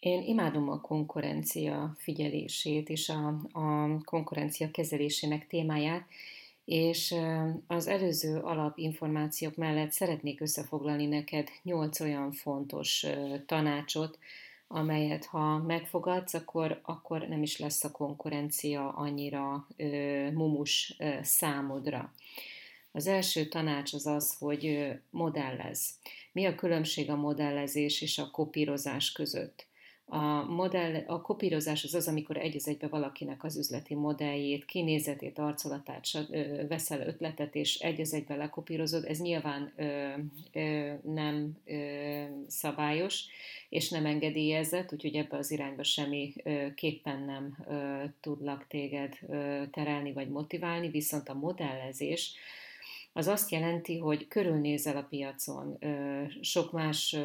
Én imádom a konkurencia figyelését és a konkurencia kezelésének témáját, és az előző alapinformációk mellett szeretnék összefoglalni neked 8 olyan fontos tanácsot, amelyet ha megfogadsz, akkor nem is lesz a konkurencia annyira mumus számodra. Az első tanács az az, hogy modellez. Mi a különbség a modellezés és a kopírozás között? A kopírozás az az, amikor egy az egybe valakinek az üzleti modelljét, kinézetét, arculatát veszel ötletet, és egy az egybe lekopírozod. Ez nyilván nem szabályos, és nem engedélyezett, úgyhogy ebbe az irányba semmi képpen nem tudlak téged terelni vagy motiválni, viszont a modellezés az azt jelenti, hogy körülnézel a piacon, sok más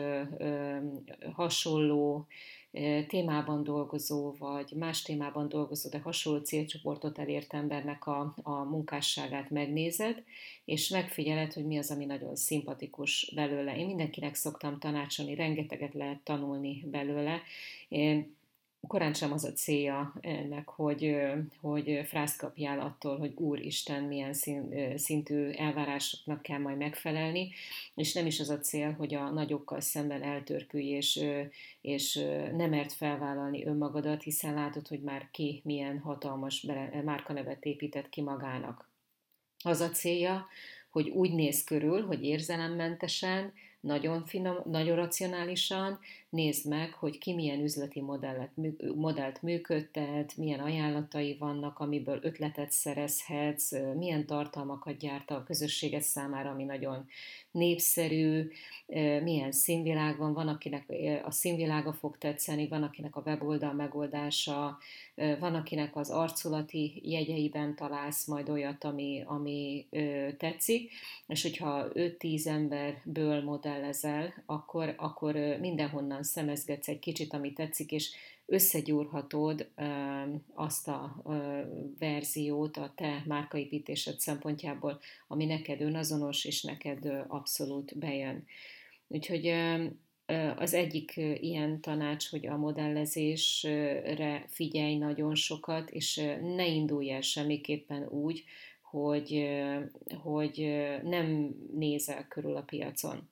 hasonló témában dolgozó, vagy más témában dolgozó, de hasonló célcsoportot elért embernek a munkásságát megnézed, és megfigyeled, hogy mi az, ami nagyon szimpatikus belőle. Én mindenkinek szoktam tanácsolni, rengeteget lehet tanulni belőle. Én korán sem az a célja ennek, hogy frászt kapjál attól, hogy Úristen, milyen szintű elvárásoknak kell majd megfelelni, és nem is az a cél, hogy a nagyokkal szemben eltörpülj, és nem mert felvállalni önmagadat, hiszen látod, hogy már ki milyen hatalmas márkanevet épített ki magának. Az a célja, hogy úgy néz körül, hogy érzelemmentesen, nagyon finom, nagyon racionálisan nézd meg, hogy ki milyen üzleti modellt működtet, milyen ajánlatai vannak, amiből ötletet szerezhetsz, milyen tartalmakat gyárt a közösséget számára, ami nagyon népszerű, milyen színvilág van akinek a színvilága fog tetszeni, van akinek a weboldal megoldása, van akinek az arculati jegyeiben találsz majd olyat, ami tetszik, és hogyha 5-10 emberből modellezel, akkor mindenhonnan szemezgetsz egy kicsit, ami tetszik, és összegyúrhatod azt a verziót a te márkaépítésed szempontjából, ami neked önazonos, és neked abszolút bejön. Úgyhogy az egyik ilyen tanács, hogy a modellezésre figyelj nagyon sokat, és ne indulj el semmiképpen úgy, hogy nem nézel körül a piacon.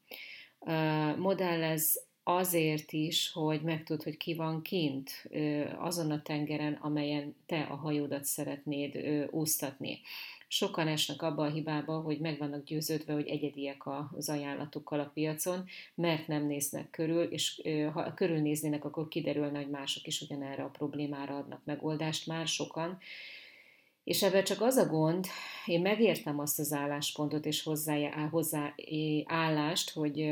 Modellez azért is, hogy megtudd, hogy ki van kint azon a tengeren, amelyen te a hajódat szeretnéd úsztatni. Sokan esnek abba a hibába, hogy meg vannak győződve, hogy egyediek az ajánlatukkal a piacon, mert nem néznek körül, és ha körülnéznének, akkor kiderülne, hogy mások is ugyanerre a problémára adnak megoldást, már sokan. És ebben csak az a gond, én megértem azt az álláspontot és hozzáállást,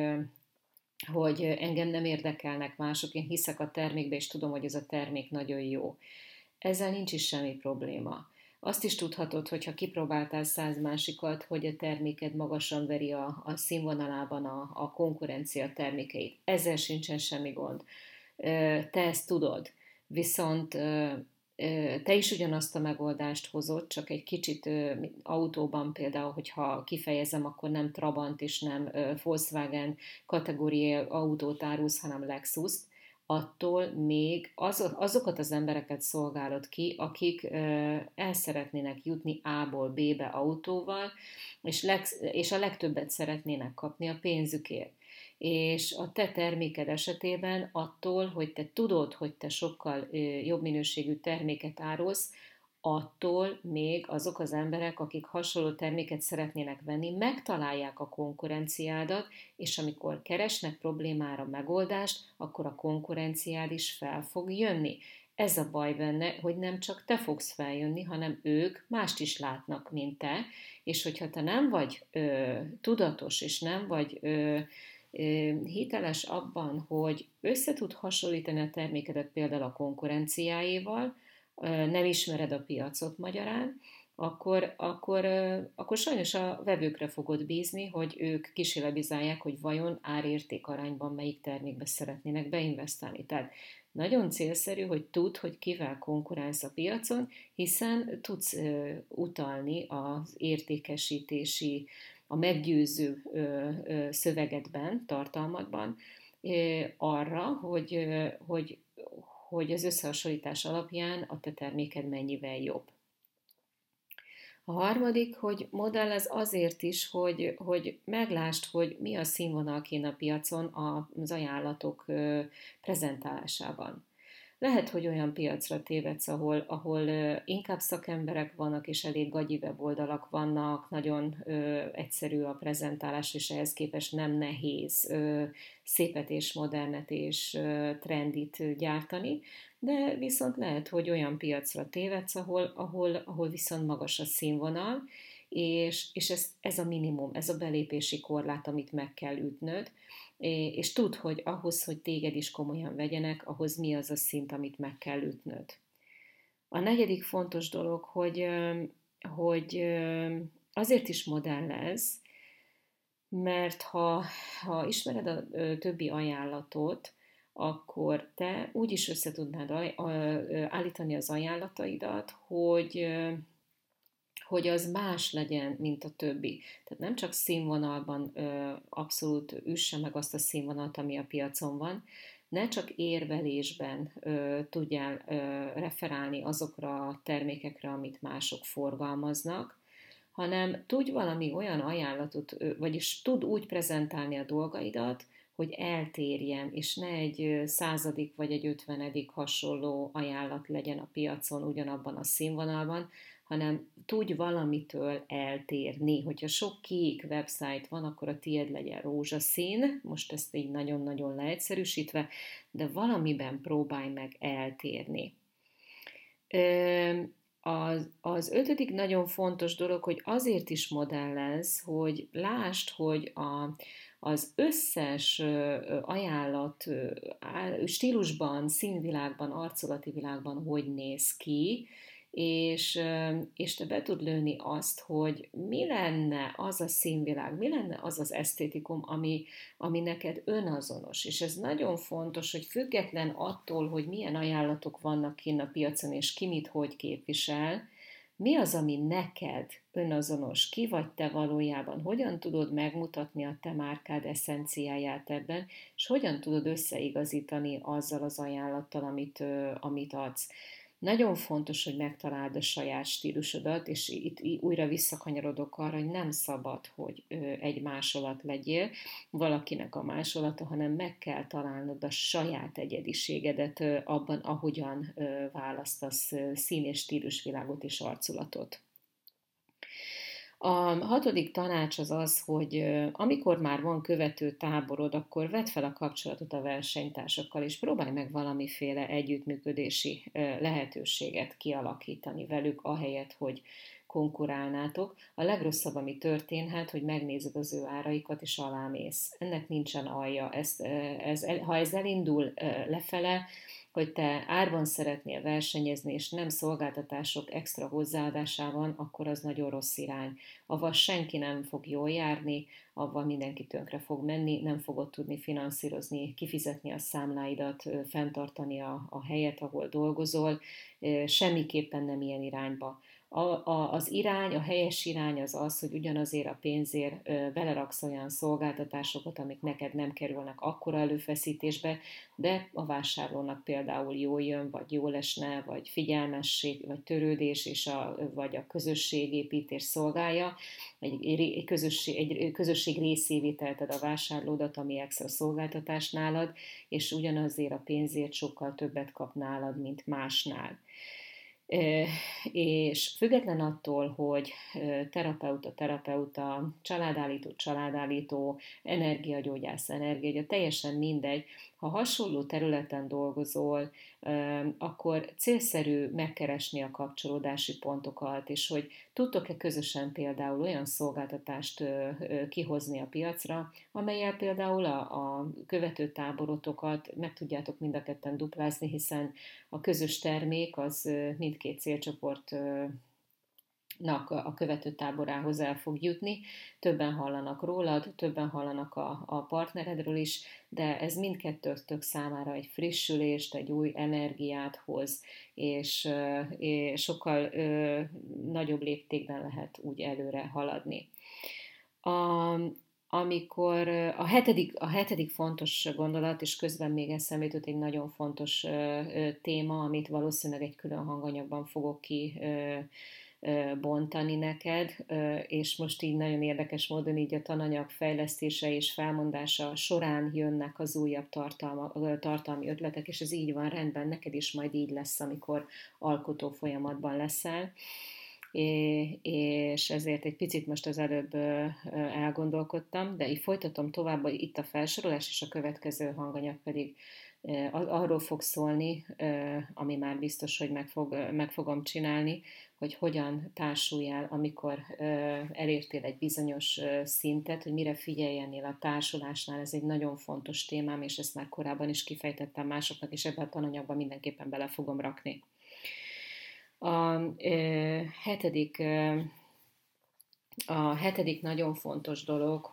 hogy engem nem érdekelnek mások, én hiszek a termékbe, és tudom, hogy ez a termék nagyon jó. Ezzel nincs is semmi probléma. Azt is tudhatod, hogyha kipróbáltál 100 másikat, hogy a terméked magasan veri a színvonalában a konkurencia termékeit. Ezzel sincsen semmi gond. Te ezt tudod. Viszont te is ugyanazt a megoldást hozod, csak egy kicsit autóban például, hogyha kifejezem, akkor nem Trabant és nem Volkswagen kategóriai autót árulsz, hanem Lexus-t, attól még azokat az embereket szolgálod ki, akik el szeretnének jutni A-ból B-be autóval, és a legtöbbet szeretnének kapni a pénzükért. És a te terméked esetében attól, hogy te tudod, hogy te sokkal jobb minőségű terméket árulsz, attól még azok az emberek, akik hasonló terméket szeretnének venni, megtalálják a konkurenciádat, és amikor keresnek problémára megoldást, akkor a konkurenciád is fel fog jönni. Ez a baj benne, hogy nem csak te fogsz feljönni, hanem ők mást is látnak, mint te, és hogyha te nem vagy tudatos, és nem vagy hiteles abban, hogy össze tud hasonlítani a termékedet például a konkurenciáéval, nem ismered a piacot magyarán, akkor sajnos a vevőkre fogod bízni, hogy ők kísérletezálják, hogy vajon árérték arányban melyik termékbe szeretnének beinvestálni. Tehát nagyon célszerű, hogy tudd, hogy kivel konkurálsz a piacon, hiszen tudsz utalni az értékesítési, a meggyőző szövegedben, tartalmadban arra, hogy hogy az összehasonlítás alapján a te terméked mennyivel jobb. A harmadik, hogy modellez azért is, hogy meglásd, hogy mi a színvonal kint a piacon az ajánlatok prezentálásában. Lehet, hogy olyan piacra tévedsz, ahol inkább szakemberek vannak, és elég gagyi weboldalak vannak, nagyon egyszerű a prezentálás, és ehhez képest nem nehéz szépet és modernet és trendit gyártani, de viszont lehet, hogy olyan piacra tévedsz, ahol viszont magas a színvonal, és ez a minimum, ez a belépési korlát, amit meg kell ütnöd, és tudd, hogy ahhoz, hogy téged is komolyan vegyenek, ahhoz mi az a szint, amit meg kell ütnöd. A negyedik fontos dolog, hogy azért is modellez, mert ha ismered a többi ajánlatot, akkor te úgy is össze tudnád állítani az ajánlataidat, hogy az más legyen, mint a többi. Tehát nem csak színvonalban abszolút üsse meg azt a színvonalat, ami a piacon van, ne csak érvelésben tudjál referálni azokra a termékekre, amit mások forgalmaznak, hanem tudj valami olyan ajánlatot, vagyis tud úgy prezentálni a dolgaidat, hogy eltérjen, és ne egy 100. vagy egy 50. hasonló ajánlat legyen a piacon ugyanabban a színvonalban, hanem tudj valamitől eltérni. Hogyha sok kék website van, akkor a tiéd legyen rózsaszín, most ezt így nagyon-nagyon leegyszerűsítve, de valamiben próbálj meg eltérni. Az ötödik nagyon fontos dolog, hogy azért is modellez, hogy lásd, hogy az összes ajánlat stílusban, színvilágban, arculati világban hogy néz ki, és te be tud lőni azt, hogy mi lenne az a színvilág, mi lenne az az esztétikum, ami neked önazonos. És ez nagyon fontos, hogy független attól, hogy milyen ajánlatok vannak kinn a piacon, és ki mit hogy képvisel, mi az, ami neked önazonos, ki vagy te valójában, hogyan tudod megmutatni a te márkád eszenciáját ebben, és hogyan tudod összeigazítani azzal az ajánlattal, amit adsz. Nagyon fontos, hogy megtaláld a saját stílusodat, és itt újra visszakanyarodok arra, hogy nem szabad, hogy egy másolat legyél, valakinek a másolata, hanem meg kell találnod a saját egyediségedet abban, ahogyan választasz szín- és stílusvilágot és arculatot. A hatodik tanács az az, hogy amikor már van követő táborod, akkor vedd fel a kapcsolatot a versenytársakkal, és próbálj meg valamiféle együttműködési lehetőséget kialakítani velük, ahelyett, hogy konkurálnátok. A legrosszabb, ami történhet, hogy megnézed az ő áraikat, és alámész. Ennek nincsen alja. Ha ez elindul lefele, hogy te árban szeretnél versenyezni, és nem szolgáltatások extra hozzáadásában, akkor az nagyon rossz irány. Avval senki nem fog jól járni, avval mindenki tönkre fog menni, nem fogod tudni finanszírozni, kifizetni a számláidat, fenntartani a helyet, ahol dolgozol, semmiképpen nem ilyen irányba. Az irány, a helyes irány az az, hogy ugyanazért a pénzért beleraksz olyan szolgáltatásokat, amik neked nem kerülnek akkora előfeszítésbe, de a vásárlónak például jól jön, vagy jól esne, vagy figyelmesség, vagy törődés, vagy a közösségépítés szolgálja. Egy közösség részévé telted a vásárlódat, ami extra szolgáltatás nálad, és ugyanazért a pénzért sokkal többet kap nálad, mint másnál. És független attól, hogy terapeuta, családállító, energiagyógyász, teljesen mindegy, ha hasonló területen dolgozol, akkor célszerű megkeresni a kapcsolódási pontokat, és hogy tudtok-e közösen például olyan szolgáltatást kihozni a piacra, amellyel például a követőtáborotokat meg tudjátok mind a ketten duplázni, hiszen a közös termék az mindkét célcsoport a követőtáborához el fog jutni, többen hallanak rólad, többen hallanak a partneredről is, de ez mindkettőtök számára egy frissülést, egy új energiát hoz, és sokkal nagyobb léptékben lehet úgy előre haladni. amikor a hetedik fontos gondolat, és közben még eszembe jutott egy nagyon fontos téma, amit valószínűleg egy külön hanganyagban fogok ki bontani neked, és most így nagyon érdekes módon így a tananyag fejlesztése és felmondása során jönnek az újabb tartalmi ötletek, és ez így van, rendben, neked is majd így lesz, amikor alkotó folyamatban leszel, és ezért egy picit most az előbb elgondolkodtam, de így folytatom tovább, hogy itt a felsorolás, és a következő hanganyag pedig arról fog szólni, ami már biztos, hogy meg fogom csinálni, hogy hogyan társulj el, amikor elértél egy bizonyos szintet, hogy mire figyeljenél a társulásnál, ez egy nagyon fontos témám, és ezt már korábban is kifejtettem másoknak, és ebben a tananyagban mindenképpen bele fogom rakni. A hetedik, a hetedik nagyon fontos dolog,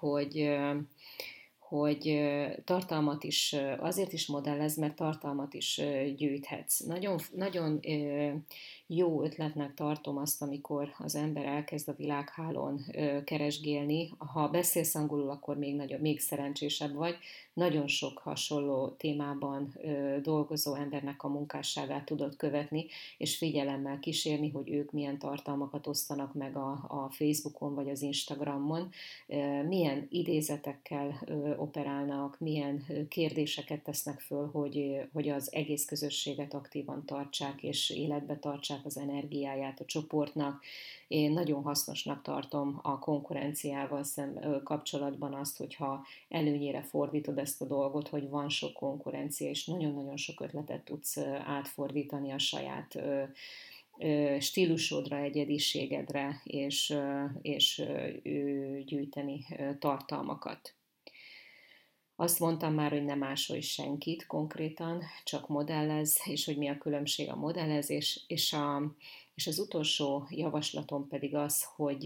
hogy tartalmat is, azért is modellez, mert tartalmat is gyűjthetsz. Nagyon, nagyon jó ötletnek tartom azt, amikor az ember elkezd a világhálón keresgélni. Ha beszélsz angolul, akkor még szerencsésebb vagy. Nagyon sok hasonló témában dolgozó embernek a munkásságát tudod követni, és figyelemmel kísérni, hogy ők milyen tartalmakat osztanak meg a Facebookon vagy az Instagramon, milyen idézetekkel operálnak, milyen kérdéseket tesznek föl, hogy az egész közösséget aktívan tartsák és életbe tartsák az energiáját a csoportnak. Én nagyon hasznosnak tartom a konkurenciával kapcsolatban azt, hogyha előnyére fordítod ezt a dolgot, hogy van sok konkurencia, és nagyon-nagyon sok ötletet tudsz átfordítani a saját stílusodra, egyediségedre, és gyűjteni tartalmakat. Azt mondtam már, hogy nem ásolj senkit konkrétan, csak modellez, és hogy mi a különbség a modellezés, és az utolsó javaslatom pedig az,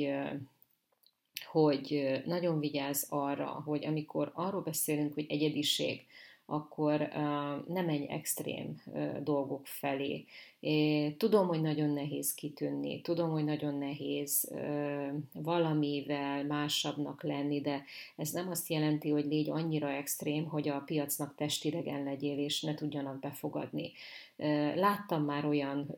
hogy nagyon vigyázz arra, hogy amikor arról beszélünk, hogy egyediség, akkor ne menj extrém dolgok felé. Tudom, hogy nagyon nehéz kitűnni, tudom, hogy nagyon nehéz valamivel másabbnak lenni, de ez nem azt jelenti, hogy légy annyira extrém, hogy a piacnak testidegen legyél, és ne tudjanak befogadni. Láttam már olyan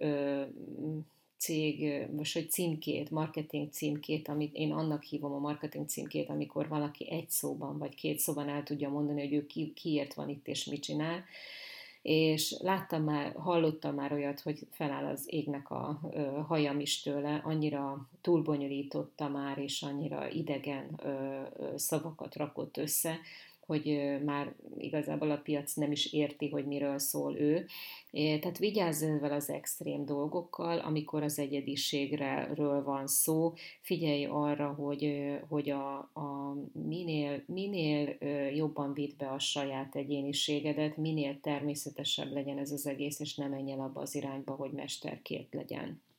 cég, most hogy címkét, marketing címkét, amit én annak hívom a marketing címkét, amikor valaki egy szóban vagy két szóban el tudja mondani, hogy ő kiért van itt és mit csinál, és hallottam már olyat, hogy feláll az égnek a hajam is tőle, annyira túlbonyolította már, és annyira idegen szavakat rakott össze, hogy már igazából a piac nem is érti, hogy miről szól ő. Tehát vigyázz ezzel az extrém dolgokkal, amikor az egyediségről van szó, figyelj arra, hogy minél jobban vidd be a saját egyéniségedet, minél természetesebb legyen ez az egész, és ne menj el abba az irányba, hogy mesterkért legyen.